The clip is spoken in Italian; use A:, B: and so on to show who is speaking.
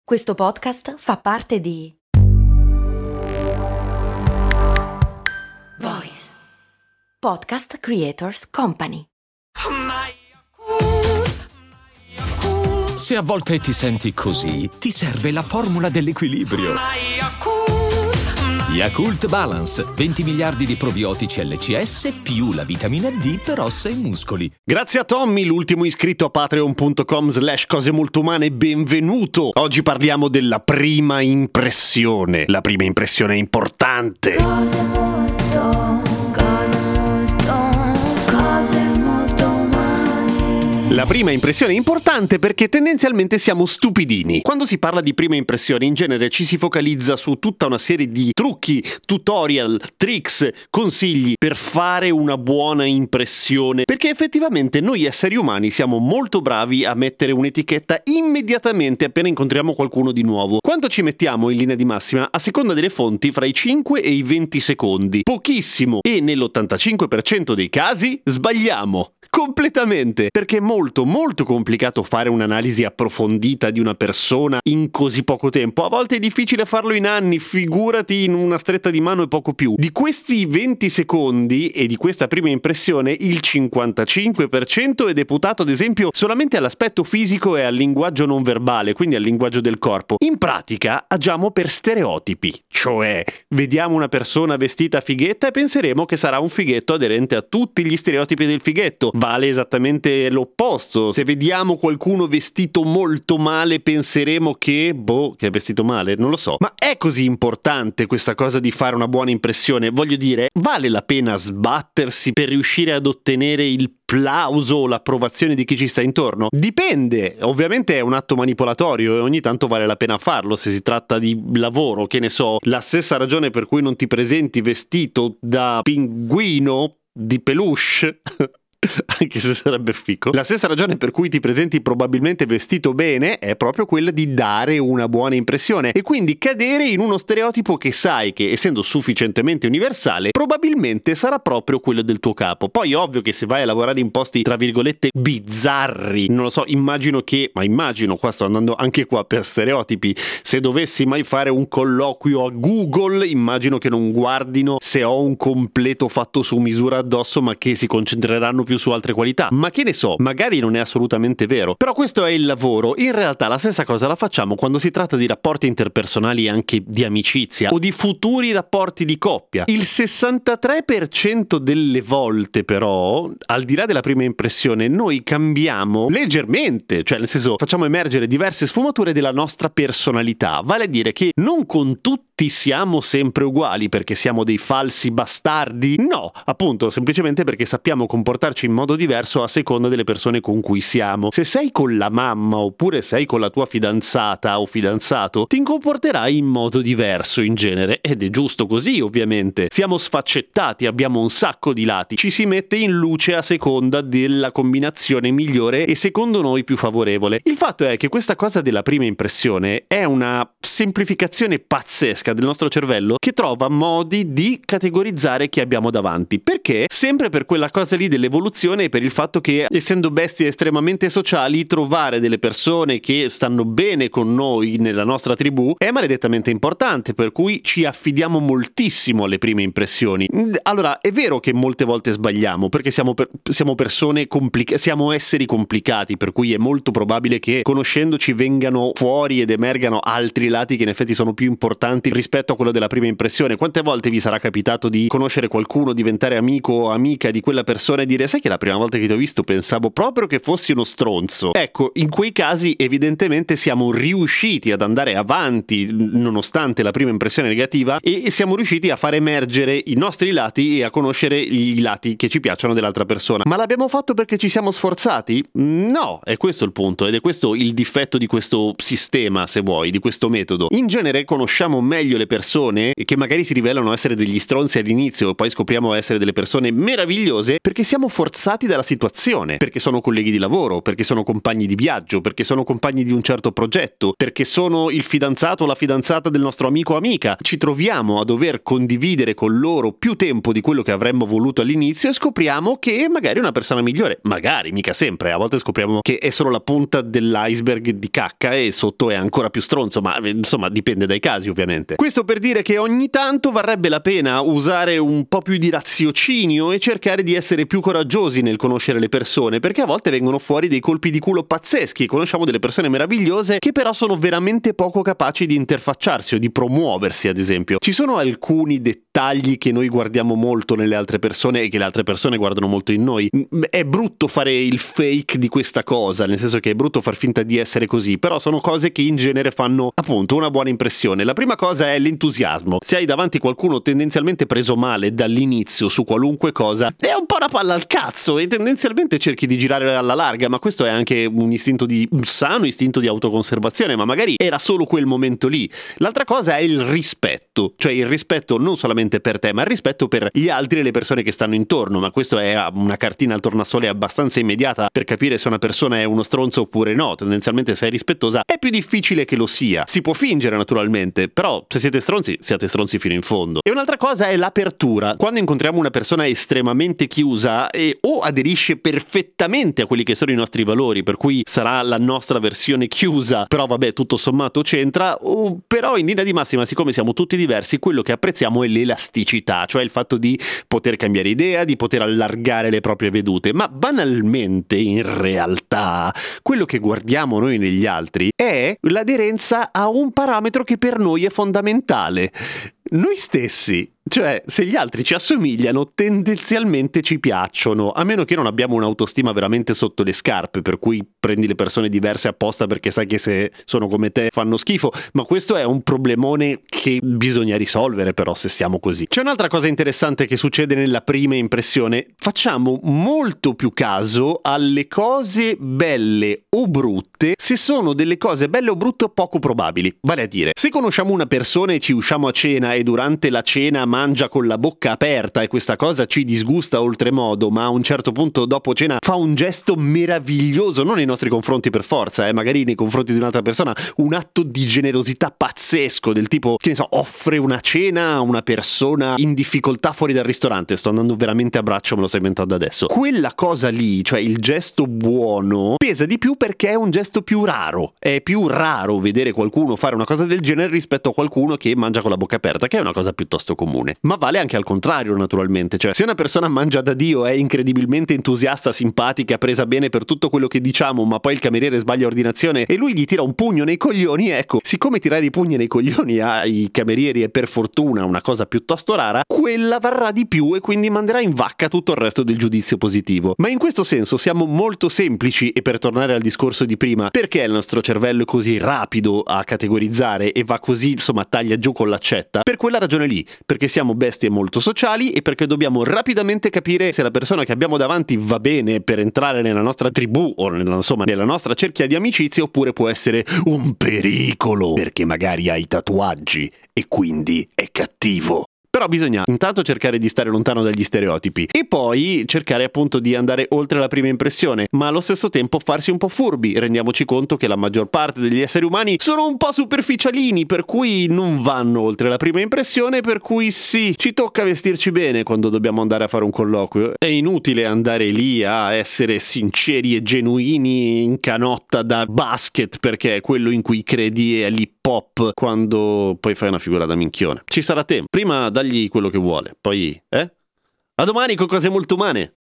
A: Questo podcast fa parte di Voice Podcast Creators Company.
B: Se a volte ti senti così, ti serve la formula dell'equilibrio. Yakult Balance, 20 miliardi di probiotici LCS più la vitamina D per ossa e muscoli.
C: Grazie a Tommy, l'ultimo iscritto a patreon.com/cose molto umane, benvenuto. Oggi parliamo della prima impressione. La prima impressione è importante.
D: Cose molto umane.
C: La prima impressione è importante perché tendenzialmente siamo stupidini. Quando si parla di prima impressione, in genere ci si focalizza su tutta una serie di trucchi, tutorial, tricks, consigli per fare una buona impressione, perché effettivamente noi esseri umani siamo molto bravi a mettere un'etichetta immediatamente appena incontriamo qualcuno di nuovo. Quanto ci mettiamo in linea di massima? A seconda delle fonti, fra i 5 e i 20 secondi. Pochissimo, e nell'85% dei casi sbagliamo completamente, perché è molto complicato fare un'analisi approfondita di una persona in così poco tempo. A volte è difficile farlo in anni, figurati in una stretta di mano e poco più. Di questi 20 secondi e di questa prima impressione, il 55% è deputato ad esempio solamente all'aspetto fisico e al linguaggio non verbale, quindi al linguaggio del corpo. In pratica agiamo per stereotipi, cioè vediamo una persona vestita fighetta e penseremo che sarà un fighetto aderente a tutti gli stereotipi del fighetto. Vale esattamente l'opposto. Se vediamo qualcuno vestito molto male penseremo che è vestito male, non lo so. Ma è così importante questa cosa di fare una buona impressione? Voglio dire, vale la pena sbattersi per riuscire ad ottenere il plauso o l'approvazione di chi ci sta intorno? Dipende, ovviamente è un atto manipolatorio e ogni tanto vale la pena farlo se si tratta di lavoro, che ne so. La stessa ragione per cui non ti presenti vestito da pinguino di peluche anche se sarebbe fico. La stessa ragione per cui ti presenti probabilmente vestito bene è proprio quella di dare una buona impressione e quindi cadere in uno stereotipo che sai che, essendo sufficientemente universale, probabilmente sarà proprio quello del tuo capo. Poi ovvio che se vai a lavorare in posti tra virgolette bizzarri, non lo so, immagino, qua sto andando anche qua per stereotipi, se dovessi mai fare un colloquio a Google, immagino che non guardino se ho un completo fatto su misura addosso, ma che si concentreranno più su altre qualità. Ma che ne so, magari non è assolutamente vero. Però questo è il lavoro. In realtà la stessa cosa la facciamo quando si tratta di rapporti interpersonali e anche di amicizia o di futuri rapporti di coppia. Il 63% delle volte però, al di là della prima impressione, noi cambiamo leggermente, cioè nel senso facciamo emergere diverse sfumature della nostra personalità. Vale a dire che non con tutti siamo sempre uguali perché siamo dei falsi bastardi? No, appunto, semplicemente perché sappiamo comportarci in modo diverso a seconda delle persone con cui siamo. Se sei con la mamma oppure sei con la tua fidanzata o fidanzato, ti comporterai in modo diverso in genere, ed è giusto così ovviamente. Siamo sfaccettati, abbiamo un sacco di lati, ci si mette in luce a seconda della combinazione migliore e secondo noi più favorevole. Il fatto è che questa cosa della prima impressione è una semplificazione pazzesca del nostro cervello che trova modi di categorizzare chi abbiamo davanti. Perché? Sempre per quella cosa lì dell'evoluzione e per il fatto che, essendo bestie estremamente sociali, trovare delle persone che stanno bene con noi nella nostra tribù è maledettamente importante, per cui ci affidiamo moltissimo alle prime impressioni. Allora, è vero che molte volte sbagliamo, perché siamo persone siamo esseri complicati, per cui è molto probabile che conoscendoci vengano fuori ed emergano altri lati che in effetti sono più importanti rispetto a quello della prima impressione. Quante volte vi sarà capitato di conoscere qualcuno, diventare amico o amica di quella persona e dire: sai che la prima volta che ti ho visto pensavo proprio che fossi uno stronzo? Ecco, in quei casi evidentemente siamo riusciti ad andare avanti nonostante la prima impressione negativa e siamo riusciti a far emergere i nostri lati e a conoscere i lati che ci piacciono dell'altra persona. Ma l'abbiamo fatto perché ci siamo sforzati? No, è questo il punto ed è questo il difetto di questo sistema, se vuoi, di questo metodo. In genere conosciamo meglio meglio le persone, che magari si rivelano essere degli stronzi all'inizio e poi scopriamo essere delle persone meravigliose, perché siamo forzati dalla situazione, perché sono colleghi di lavoro, perché sono compagni di viaggio, perché sono compagni di un certo progetto, perché sono il fidanzato o la fidanzata del nostro amico o amica. Ci troviamo a dover condividere con loro più tempo di quello che avremmo voluto all'inizio e scopriamo che magari è una persona migliore. Magari, mica sempre. A volte scopriamo che è solo la punta dell'iceberg di cacca e sotto è ancora più stronzo, ma insomma dipende dai casi ovviamente. Questo per dire che ogni tanto varrebbe la pena usare un po' più di raziocinio e cercare di essere più coraggiosi nel conoscere le persone, perché a volte vengono fuori dei colpi di culo pazzeschi e conosciamo delle persone meravigliose che però sono veramente poco capaci di interfacciarsi o di promuoversi, ad esempio. Ci sono alcuni dettagli che noi guardiamo molto nelle altre persone e che le altre persone guardano molto in noi. È brutto fare il fake di questa cosa, nel senso che è brutto far finta di essere così, però sono cose che in genere fanno appunto una buona impressione. La prima cosa è l'entusiasmo. Se hai davanti qualcuno tendenzialmente preso male dall'inizio su qualunque cosa, è un po' una palla al cazzo e tendenzialmente cerchi di girare alla larga, ma questo è anche un sano istinto di autoconservazione, ma magari era solo quel momento lì. L'altra cosa è il rispetto, cioè il rispetto non solamente per te, ma il rispetto per gli altri e le persone che stanno intorno, ma questo è una cartina al tornasole abbastanza immediata per capire se una persona è uno stronzo oppure no. Tendenzialmente se è rispettosa è più difficile che lo sia. Si può fingere naturalmente, però se siete stronzi, siate stronzi fino in fondo. E un'altra cosa è l'apertura. Quando incontriamo una persona estremamente chiusa o aderisce perfettamente a quelli che sono i nostri valori, per cui sarà la nostra versione chiusa, però vabbè tutto sommato c'entra, però in linea di massima, siccome siamo tutti diversi, quello che apprezziamo è l'elasticità, cioè il fatto di poter cambiare idea, di poter allargare le proprie vedute, ma banalmente in realtà quello che guardiamo noi negli altri è l'aderenza a un parametro che per noi è fondamentale: noi stessi. Cioè, se gli altri ci assomigliano, tendenzialmente ci piacciono, a meno che non abbiamo un'autostima veramente sotto le scarpe, per cui prendi le persone diverse apposta perché sai che se sono come te fanno schifo, ma questo è un problemone che bisogna risolvere però se siamo così. C'è un'altra cosa interessante che succede nella prima impressione: facciamo molto più caso alle cose belle o brutte se sono delle cose belle o brutte poco probabili. Vale a dire, se conosciamo una persona e ci usciamo a cena e durante la cena mangia con la bocca aperta e questa cosa ci disgusta oltremodo, ma a un certo punto dopo cena fa un gesto meraviglioso, non nei nostri confronti per forza, magari nei confronti di un'altra persona, un atto di generosità pazzesco, del tipo, che ne so, offre una cena a una persona in difficoltà fuori dal ristorante. Sto andando veramente a braccio, me lo sto inventando adesso. Quella cosa lì, cioè il gesto buono, pesa di più perché è un gesto più raro. È più raro vedere qualcuno fare una cosa del genere rispetto a qualcuno che mangia con la bocca aperta, che è una cosa piuttosto comune. Ma vale anche al contrario, naturalmente. Cioè, se una persona mangia da Dio, è incredibilmente entusiasta, simpatica, presa bene per tutto quello che diciamo, ma poi il cameriere sbaglia ordinazione e lui gli tira un pugno nei coglioni, ecco, siccome tirare i pugni nei coglioni ai camerieri è per fortuna una cosa piuttosto rara, quella varrà di più e quindi manderà in vacca tutto il resto del giudizio positivo. Ma in questo senso siamo molto semplici, e per tornare al discorso di prima, perché il nostro cervello è così rapido a categorizzare e va così, insomma, taglia giù con l'accetta? Per quella ragione lì, perché siamo bestie molto sociali e perché dobbiamo rapidamente capire se la persona che abbiamo davanti va bene per entrare nella nostra tribù o nella nostra cerchia di amicizie, oppure può essere un pericolo perché magari ha i tatuaggi e quindi è cattivo. Però bisogna intanto cercare di stare lontano dagli stereotipi e poi cercare appunto di andare oltre la prima impressione, ma allo stesso tempo farsi un po' furbi. Rendiamoci conto che la maggior parte degli esseri umani sono un po' superficialini, per cui non vanno oltre la prima impressione, per cui sì, ci tocca vestirci bene quando dobbiamo andare a fare un colloquio. È inutile andare lì a essere sinceri e genuini in canotta da basket, perché è quello in cui credi è l'hip hop, quando poi fai una figura da minchione. Ci sarà tempo. Prima dagli quello che vuole, poi a domani con cose molto umane.